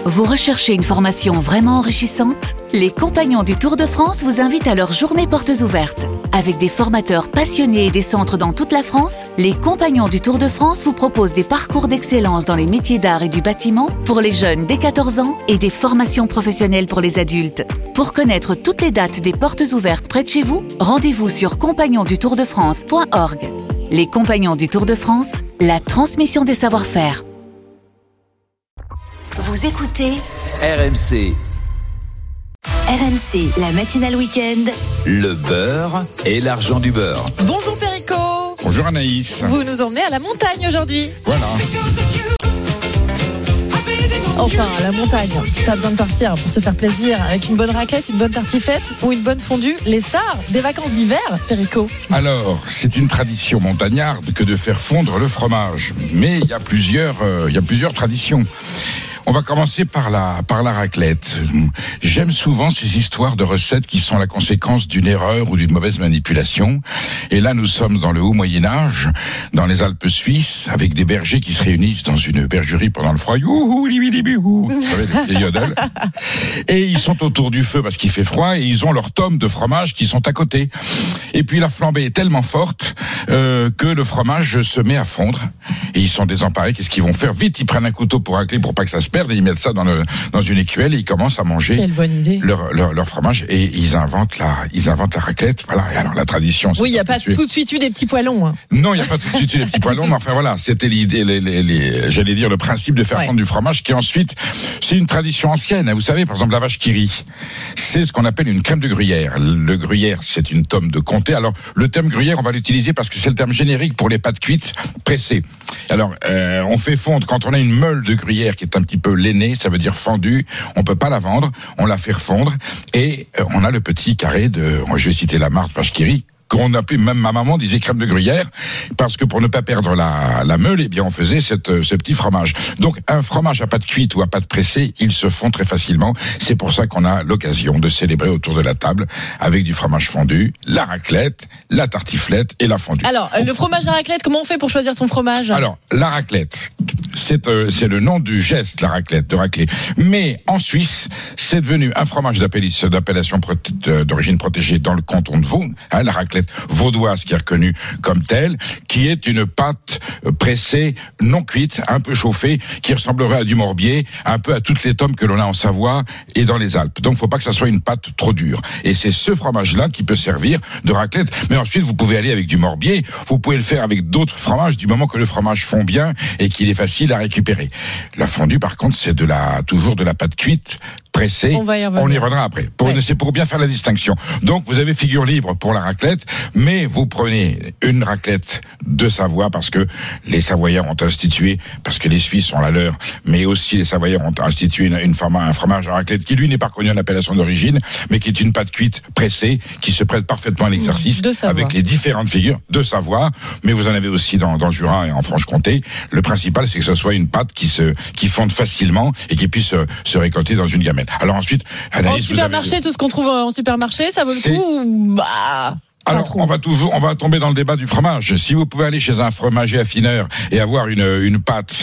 Vous recherchez une formation vraiment enrichissante ? Les Compagnons du Tour de France vous invitent à leur journée portes ouvertes. Avec des formateurs passionnés et des centres dans toute la France, les Compagnons du Tour de France vous proposent des parcours d'excellence dans les métiers d'art et du bâtiment pour les jeunes dès 14 ans et des formations professionnelles pour les adultes. Pour connaître toutes les dates des portes ouvertes près de chez vous, rendez-vous sur compagnonsdutourdefrance.org. Les Compagnons du Tour de France, la transmission des savoir-faire. Vous écoutez RMC. RMC, la matinale week-end. Le beurre et l'argent du beurre. Bonjour Perico. Bonjour Anaïs. Vous nous emmenez à la montagne aujourd'hui. Voilà. Enfin, à la montagne. Pas besoin de partir pour se faire plaisir avec une bonne raclette, une bonne tartiflette ou une bonne fondue. Les stars des vacances d'hiver, Perico. Alors, c'est une tradition montagnarde que de faire fondre le fromage. Mais il y a plusieurs traditions. On va commencer par la raclette. J'aime souvent ces histoires de recettes qui sont la conséquence d'une erreur ou d'une mauvaise manipulation. Et là, nous sommes dans le haut Moyen-Âge, dans les Alpes suisses, avec des bergers qui se réunissent dans une bergerie pendant le froid. Vous savez, les petits yodels. Et ils sont autour du feu parce qu'il fait froid et ils ont leurs tomes de fromage qui sont à côté. Et puis la flambée est tellement forte que le fromage se met à fondre. Et ils sont désemparés. Qu'est-ce qu'ils vont faire ? Vite, ils prennent un couteau pour racler pour pas que ça se perde. Et ils mettent ça dans une écuelle et ils commencent à manger. Quelle bonne idée. Leur fromage et ils inventent la raclette. Voilà. Et alors la tradition. Oui, il n'y a pas tout de suite eu des petits poêlons. Hein. Non, il n'y a pas tout de suite eu des petits poêlons. Mais enfin voilà, c'était l'idée, j'allais dire le principe de faire fondre du fromage qui ensuite, c'est une tradition ancienne. Vous savez, par exemple, la vache qui rit, c'est ce qu'on appelle une crème de gruyère. Le gruyère, c'est une tome de comté. Alors le terme gruyère, on va l'utiliser parce que c'est le terme générique pour les pâtes cuites pressées. Alors on fait fondre quand on a une meule de gruyère qui est un petit peu l'aîné, ça veut dire fendu, on peut pas la vendre, on la fait refondre et on a le petit carré de, je vais citer la marque vache qui rit, qu'on appelait, même ma maman disait crème de gruyère, parce que pour ne pas perdre la meule, eh bien on faisait ce petit fromage. Donc un fromage à pâte cuite ou à pâte pressée, il se fond très facilement. C'est pour ça qu'on a l'occasion de célébrer autour de la table avec du fromage fondu, la raclette, la tartiflette et la fondue. Alors le fromage à raclette, comment on fait pour choisir son fromage ? Alors la raclette, c'est le nom du geste, la raclette, de racler. Mais en Suisse, c'est devenu un fromage d'appellation d'origine protégée dans le canton de Vaud, la raclette vaudoise qui est reconnue comme telle, qui est une pâte pressée, non cuite, un peu chauffée, qui ressemblerait à du morbier, un peu à toutes les tomes que l'on a en Savoie et dans les Alpes. Donc, il ne faut pas que ça soit une pâte trop dure. Et c'est ce fromage-là qui peut servir de raclette. Mais ensuite, vous pouvez aller avec du morbier, vous pouvez le faire avec d'autres fromages, du moment que le fromage fond bien et qu'il est facile à récupérer. La fondue, par contre, c'est toujours de la pâte cuite, pressée. On y reviendra après. C'est pour bien faire la distinction. Donc, vous avez figure libre pour la raclette, mais vous prenez une raclette de Savoie parce que les Savoyards ont institué, parce que les Suisses ont la leur, mais aussi les Savoyards ont institué un fromage à raclette qui lui n'est pas reconnu en appellation d'origine, mais qui est une pâte cuite pressée qui se prête parfaitement à l'exercice avec les différentes figures de Savoie, mais vous en avez aussi dans le Jura et en Franche-Comté. Le principal, c'est que ce soit une pâte qui fonde facilement et qui puisse se récolter dans une gamelle. Alors ensuite, Anaïs, en supermarché, tout ce qu'on trouve en supermarché, ça vaut le coup ou Alors, on va tomber dans le débat du fromage. Si vous pouvez aller chez un fromager affineur et avoir une pâte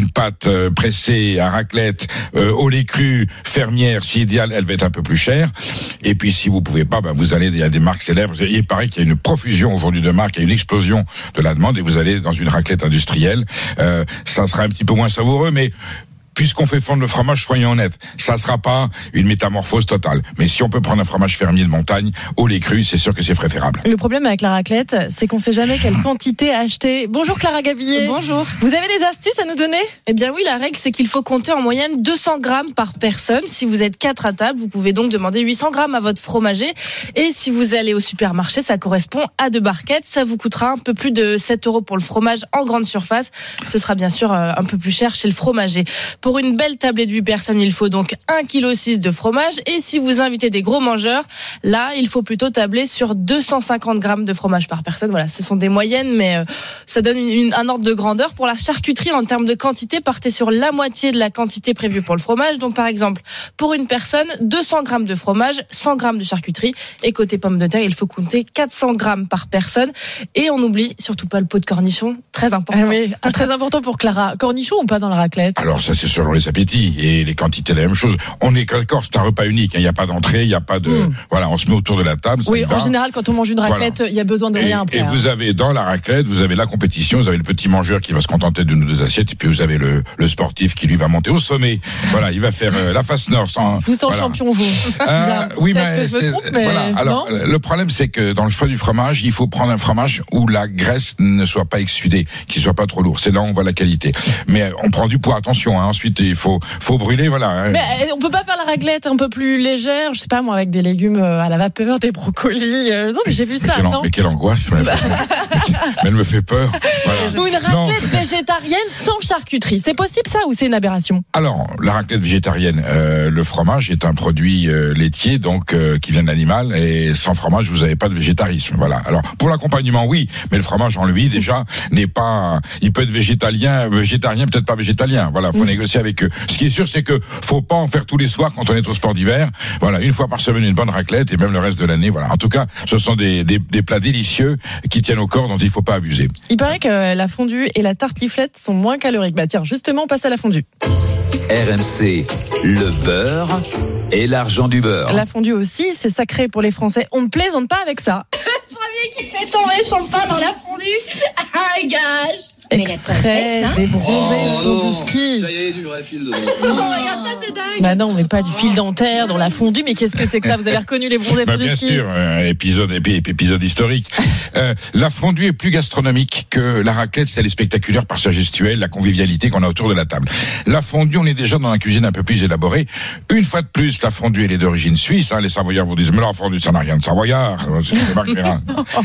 pressée à raclette, au lait cru, fermière, si idéal, elle va être un peu plus chère. Et puis, si vous pouvez pas, vous allez, il y a des marques célèbres. Il paraît qu'il y a une profusion aujourd'hui de marques, il y a une explosion de la demande et vous allez dans une raclette industrielle. Ça sera un petit peu moins savoureux, mais puisqu'on fait fondre le fromage, soyons honnêtes, ça sera pas une métamorphose totale. Mais si on peut prendre un fromage fermier de montagne au lait cru, c'est sûr que c'est préférable. Le problème avec la raclette, c'est qu'on sait jamais quelle quantité acheter. Bonjour Clara Gabillet. Bonjour. Vous avez des astuces à nous donner ? Eh bien oui, la règle, c'est qu'il faut compter en moyenne 200 grammes par personne. Si vous êtes 4 à table, vous pouvez donc demander 800 grammes à votre fromager. Et si vous allez au supermarché, ça correspond à 2 barquettes. Ça vous coûtera un peu plus de 7 € pour le fromage en grande surface. Ce sera bien sûr un peu plus cher chez le fromager. Pour une belle tablée de 8 personnes, il faut donc 1,6 kg de fromage. Et si vous invitez des gros mangeurs, là, il faut plutôt tabler sur 250 grammes de fromage par personne. Voilà, ce sont des moyennes, mais ça donne un ordre de grandeur. Pour la charcuterie, en termes de quantité, partez sur la moitié de la quantité prévue pour le fromage. Donc, par exemple, pour une personne, 200 grammes de fromage, 100 grammes de charcuterie. Et côté pommes de terre, il faut compter 400 grammes par personne. Et on n'oublie surtout pas le pot de cornichon, très important. Ah oui, très important pour Clara. Cornichon ou pas dans la raclette ? Alors ça, c'est selon les appétits et les quantités, la même chose. On est d'accord, c'est un repas unique. Il n'y a pas d'entrée, il n'y a pas de. Voilà, on se met autour de la table. Oui, en général, quand on mange une raclette, il y a besoin de rien après. Et vous avez dans la raclette, vous avez la compétition, vous avez le petit mangeur qui va se contenter d'une ou deux assiettes, et puis vous avez le sportif qui lui va monter au sommet. Voilà, il va faire la face nord. Je vous sens champion, vous. Oui, mais que je me trompe, mais voilà. Alors, le problème, c'est que dans le choix du fromage, il faut prendre un fromage où la graisse ne soit pas exsudée, qu'il soit pas trop lourd. C'est là où on voit la qualité. Mais on prend du poids, attention. Ensuite, il faut brûler, voilà. Mais on peut pas faire la raclette un peu plus légère, je sais pas moi, avec des légumes à la vapeur, des brocolis. Non, mais j'ai vu ça. Mais quelle angoisse. Mais elle me fait peur. Voilà. Ou une raclette végétarienne sans charcuterie. C'est possible ça ou c'est une aberration? Alors, la raclette végétarienne, le fromage est un produit laitier, donc qui vient de l'animal, et sans fromage, vous n'avez pas de végétarisme. Voilà. Alors, pour l'accompagnement, oui, mais le fromage en lui, déjà, n'est pas. Il peut être végétarien, peut-être pas végétalien. Voilà, faut négocier avec eux. Ce qui est sûr, c'est que faut pas en faire tous les soirs quand on est au sport d'hiver. Voilà, une fois par semaine, une bonne raclette, et même le reste de l'année. Voilà. En tout cas, ce sont des plats délicieux qui tiennent au corps, dont il faut pas abuser. Il paraît que la fondue et la tartiflette sont moins caloriques. Bah tiens, justement, on passe à la fondue. RMC, le beurre et l'argent du beurre. La fondue aussi, c'est sacré pour les Français. On ne plaisante pas avec ça. Qui fait tomber son pain dans la fondue. Un gage. Extrait des bronzés de ski. Ça y est, du vrai fil dedans. Regarde ça, c'est dingue. Bah non, mais pas du fil dentaire dans la fondue. Mais qu'est-ce que c'est que ça? Vous avez reconnu les bronzés de bien ski? Bien sûr, épisode historique. La fondue est plus gastronomique que la raclette. Elle est spectaculaire par sa gestuelle, la convivialité qu'on a autour de la table. La fondue, on est déjà dans la cuisine un peu plus élaborée. Une fois de plus, la fondue, elle est d'origine suisse. Les Savoyards vous disent, mais la fondue, ça n'a rien de savoyard. C'est Marc Perrin.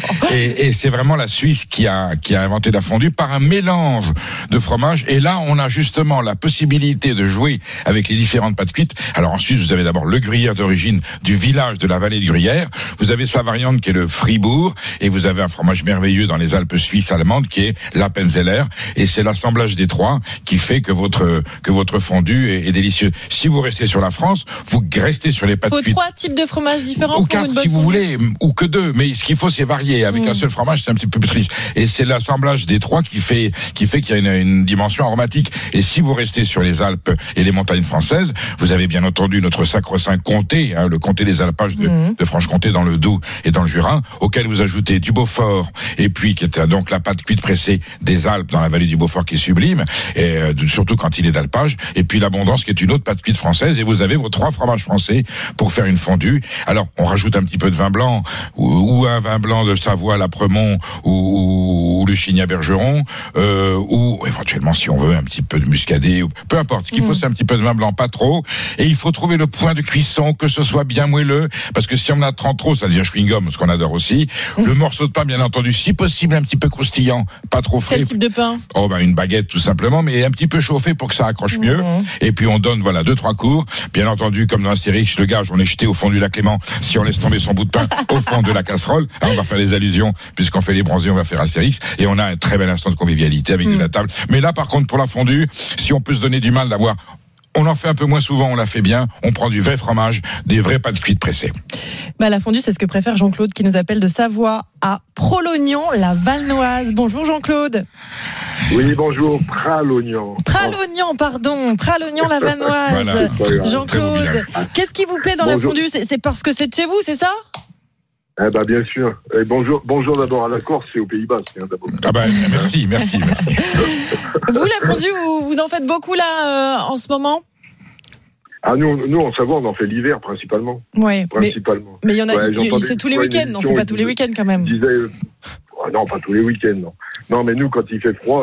Et c'est vraiment la Suisse qui a inventé la fondue par un mélange de fromage. Et là, on a justement la possibilité de jouer avec les différentes pâtes cuites. Alors ensuite, vous avez d'abord le gruyère d'origine du village de la vallée du Gruyère. Vous avez sa variante qui est le Fribourg. Et vous avez un fromage merveilleux dans les Alpes suisses allemandes qui est l'Appenzeller. Et c'est l'assemblage des trois qui fait que votre fondue est délicieuse. Si vous restez sur la France, vous restez sur les pâtes cuites. Trois types de fromages différents ou pour quatre, une bonne si vous fondue. voulez, ou que deux. Mais ce qu'il faut, c'est varier. Avec un seul fromage, c'est un petit peu plus triste. Et c'est l'assemblage des trois qui fait qu'il y a une dimension aromatique. Et si vous restez sur les Alpes et les montagnes françaises, vous avez bien entendu notre sacro-saint comté, le comté des alpages de Franche-Comté dans le Doubs et dans le Jura, auquel vous ajoutez du Beaufort, et puis qui était donc la pâte cuite pressée des Alpes dans la vallée du Beaufort qui est sublime, et surtout quand il est d'alpage, et puis l'abondance qui est une autre pâte cuite française, et vous avez vos trois fromages français pour faire une fondue. Alors, on rajoute un petit peu de vin blanc, ou un vin blanc de Savoie, l'Apremont, ou le Chigny-Bergeron, ou éventuellement, si on veut, un petit peu de muscadet, peu importe. Ce qu'il faut, c'est un petit peu de vin blanc, pas trop, et il faut trouver le point de cuisson, que ce soit bien moelleux, parce que si on en a trop, ça devient chewing-gum, ce qu'on adore aussi. Le morceau de pain, bien entendu, si possible, un petit peu croustillant, pas trop frais. Quel type de pain? Une baguette, tout simplement, mais un petit peu chauffé pour que ça accroche mieux. Et puis on donne, 2-3 cours. Bien entendu, comme dans Astérix, le gage, on est jeté au fond du lac Léman. Si on laisse tomber son bout de pain au fond de la casserole, on va faire des allusions, puisqu'on fait les bronzés, on va faire Astérix. Et on a un très bel instant de convivialité avec de la table. Mais là, par contre, pour la fondue, si on peut se donner du mal d'avoir, on en fait un peu moins souvent, on la fait bien. On prend du vrai fromage, des vraies pâtes cuites pressées. La fondue, c'est ce que préfère Jean-Claude qui nous appelle de Savoie à Pralognan, la Valnoise. Bonjour Jean-Claude. Oui, bonjour, Pralognan. Pralognan, la Valnoise. Voilà. Jean-Claude, qu'est-ce qui vous plaît dans la fondue? C'est parce que c'est de chez vous, c'est ça? Bien sûr. Et bonjour d'abord à la Corse et aux Pays-Bas. Merci. Vous, la fondue, vous en faites beaucoup là en ce moment? Nous en Savoie, on en fait l'hiver principalement. Ouais. Principalement. Mais il y en a, c'est tous les week-ends. Non, c'est pas tous les week-ends quand même. Non, pas tous les week-ends. Non, mais nous, quand il fait froid,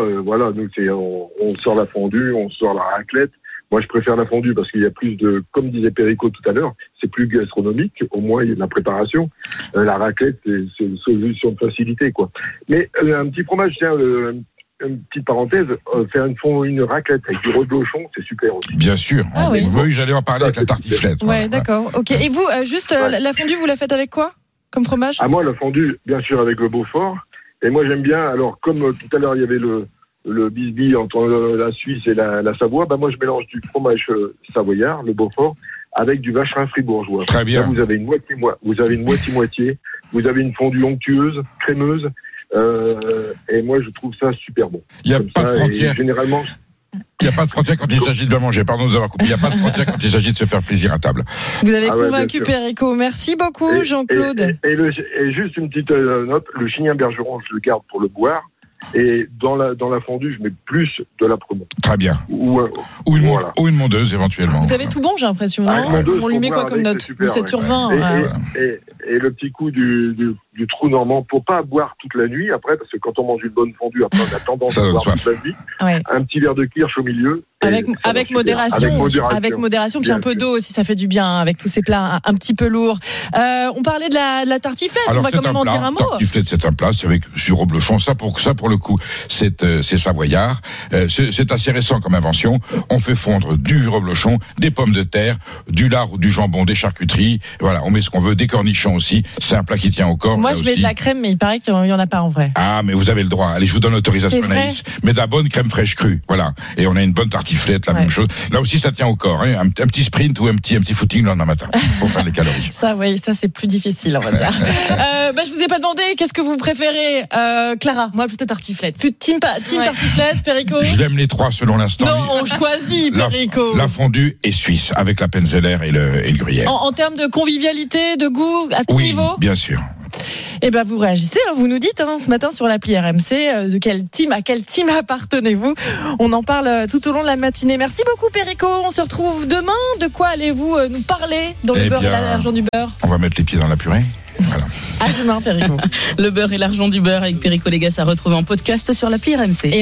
on sort la fondue, on sort la raclette. Moi, je préfère la fondue parce qu'il y a plus de, comme disait Perico tout à l'heure, c'est plus gastronomique. Au moins, il y a de la préparation. La raclette, c'est une solution de facilité, quoi. Mais un petit fromage, une petite parenthèse, faire une raclette avec du reblochon, c'est super aussi. Bien sûr. Oui, j'allais en parler avec la tartiflette. Ouais, d'accord. Ok. Et vous, la fondue, vous la faites avec quoi comme fromage? Moi, la fondue, bien sûr, avec le Beaufort. Et moi, j'aime bien. Alors, comme tout à l'heure, il y avait le bisbille entre la Suisse et la Savoie, moi, je mélange du fromage savoyard, le Beaufort, avec du vacherin fribourgeois. Très bien. Là, vous avez une moitié-moitié. Vous avez une fondue onctueuse, crémeuse. Et moi, je trouve ça super bon. Il n'y a pas de frontière. Généralement, Il n'y a pas de frontière quand il s'agit de bien manger. Pardon de nous avoir coupé. Il n'y a pas de frontière quand il s'agit de se faire plaisir à table. Vous avez Ah ouais, convaincu bien sûr. Perico. Merci beaucoup, Jean-Claude. Et juste une petite note, le chignin bergeron, je le garde pour le boire. Et dans la fondue, je mets plus de la Premont. Très bien. Ou voilà. Ou une mondeuse, éventuellement. Vous avez tout bon, j'ai l'impression, Ah, non? mondeuse, On lui met pour quoi boire comme avec, note? c'est super, 17 sur ouais. 20. Et le petit coup du trou normand pour pas boire toute la nuit après, parce que quand on mange une bonne fondue, après on a tendance Ça à donne boire soif. toute la nuit. Ouais. Un petit verre de kirsch au milieu. et Avec ça va super. modération. Avec modération. Puis Bien un peu sûr. d'eau aussi, ça fait du bien, hein, avec tous ces plats un petit peu lourds. On parlait de la tartiflette, on va c'est quand même en dire un mot. Tartiflette, c'est un plat, c'est avec du reblochon. Ça pour le coup, c'est savoyard. C'est assez récent comme invention. On fait fondre du reblochon, des pommes de terre, du lard ou du jambon, des charcuteries. Voilà, on met ce qu'on veut, des cornichons aussi. C'est un plat qui tient au corps. Moi, là je mets aussi. de la crème, mais il paraît qu'il n'y en a pas en vrai. Ah, mais vous avez le droit. Allez, je vous donne l'autorisation, C'est vrai. Anaïs. Mais de la bonne crème fraîche crue. Voilà. Et on a une bonne tartiflette, la Ouais. même chose. Là aussi, ça tient au corps. Hein. Un petit sprint ou un petit footing le lendemain matin pour faire les calories. Ça, oui, ça c'est plus difficile, on va dire. Je vous ai pas demandé, qu'est-ce que vous préférez, Clara? Moi, plutôt tartiflette. Plus team Ouais. tartiflette, Perico? Je l'aime les trois selon l'instant. Non, on choisit, Perico. La fondue est suisse avec la Penzeller et le gruyère. En termes de convivialité, de goût, à tout Oui, niveau? bien sûr. Eh ben, vous réagissez, hein, vous nous dites ce matin sur l'appli RMC à quel team appartenez-vous. On en parle tout au long de la matinée. Merci beaucoup, Perico. On se retrouve demain. De quoi allez-vous nous parler dans le beurre et l'argent du beurre? On va mettre les pieds dans la purée. Voilà. À demain, Perico. Le beurre et l'argent du beurre avec Perico Légas à retrouver en podcast sur l'appli RMC.